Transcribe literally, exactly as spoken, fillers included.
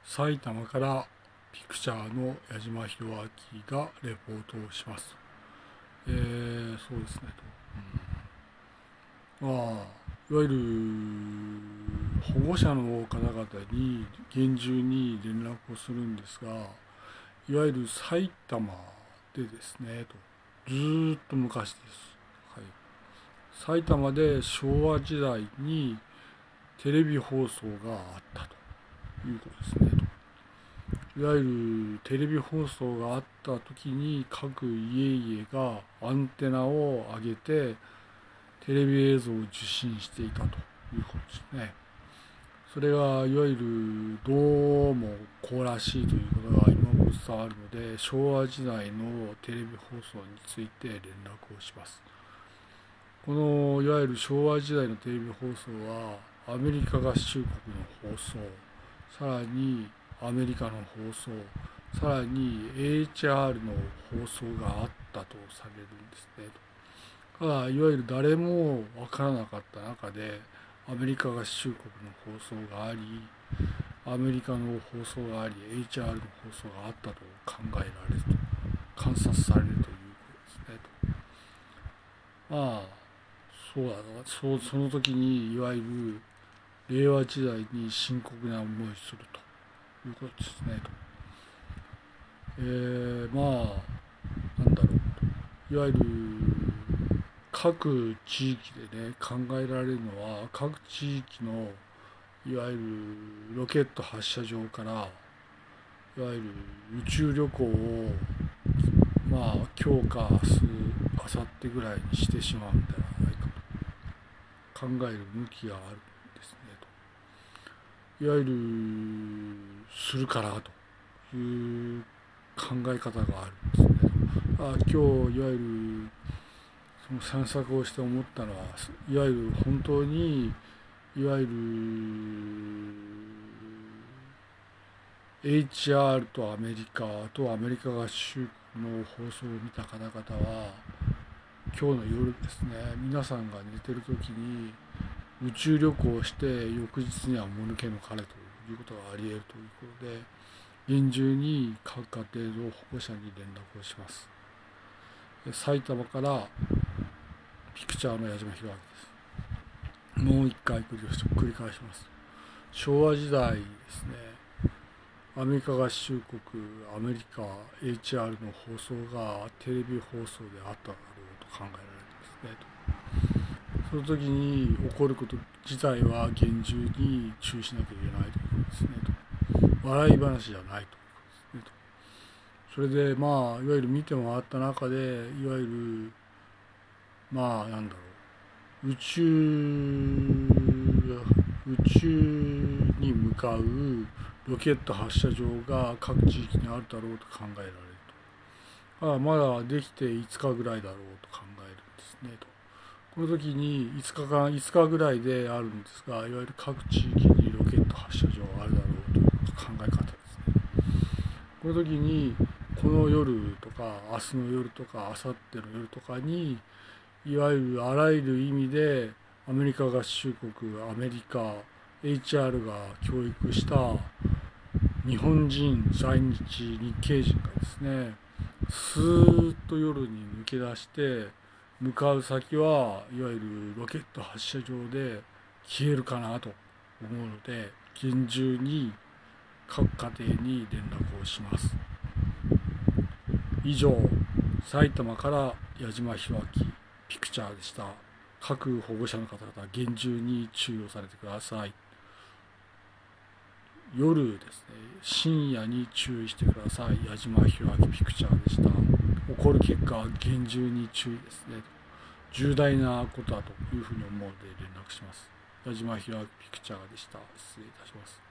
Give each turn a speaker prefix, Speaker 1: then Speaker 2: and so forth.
Speaker 1: 埼玉からピクチャーの矢島弘明がレポートをします。えー、そうですねと、うん、まあいわゆる保護者の方々に厳重に連絡をするんですが、いわゆる埼玉でですねと、ずーっと昔です。はい、埼玉で昭和時代にテレビ放送があったということですねと。いわゆるテレビ放送があった時に各家々がアンテナを上げてテレビ映像を受信していたということですね。それがいわゆるどうもこうらしいということが今も伝わるので、昭和時代のテレビ放送について連絡をします。このいわゆる昭和時代のテレビ放送はアメリカ合衆国の放送、さらにアメリカの放送、さらに エイチアール の放送があったとされるんですね。ただいわゆる誰も分からなかった中でアメリカ合衆国の放送があり、アメリカの放送があり、 エイチアール の放送があったと考えられると、観察されるということですねと。まあそうだな、そうその時にいわゆる令和時代に深刻な思いをするということですねと。えー、まあなんだろう、いわゆる各地域でね考えられるのは、各地域のいわゆるロケット発射場からいわゆる宇宙旅行をまあ今日か明日明後日ぐらいにしてしまうんではないかと考える向きがあるんですねと。いわゆるするからという考え方があるんですね。あ、今日いわゆるその散策をして思ったのは、いわゆる本当にいわゆる エイチアール とアメリカとアメリカ合衆国の放送を見た方々は、今日の夜ですね、皆さんが寝てる時に宇宙旅行をして翌日にはもぬけの殻ということがあり得るということで、厳重に各家庭の保護者に連絡をします。埼玉からピクチャーの矢島弘明です。もう一回繰り返します。昭和時代ですね、アメリカ合衆国、アメリカ エイチアール の放送がテレビ放送であっただろうと考えられるんですねと。その時に起こること自体は厳重に注意しなきゃいけないということですねと。笑い話じゃないということですねと。それでまあいわゆる見て回った中で、いわゆるまあなんだろう、宇宙宇宙に向かうロケット発射場が各地域にあるだろうと考えられると。ああ、まだできていつかぐらいだろうと考えるんですねと。この時にいつかかいつかぐらいであるんですが、いわゆる各地域にロケット発射場があるだろうという考え方ですね。この時にこの夜とか明日の夜とか明後日の夜とかに、いわゆるあらゆる意味でアメリカ合衆国、アメリカ エイチアール が教育した日本人在日日系人がですね、スーッと夜に抜け出して向かう先はいわゆるロケット発射場で消えるかなと思うので、厳重に各家庭に連絡をします。以上、埼玉から矢島弘明ピクチャーでした。各保護者の方々厳重に注意をされてください。夜ですね、深夜に注意してください。矢島弘明ピクチャーでした。起こる結果は厳重に注意ですね。重大なことだというふうに思うので連絡します。矢島弘明ピクチャーでした。失礼いたします。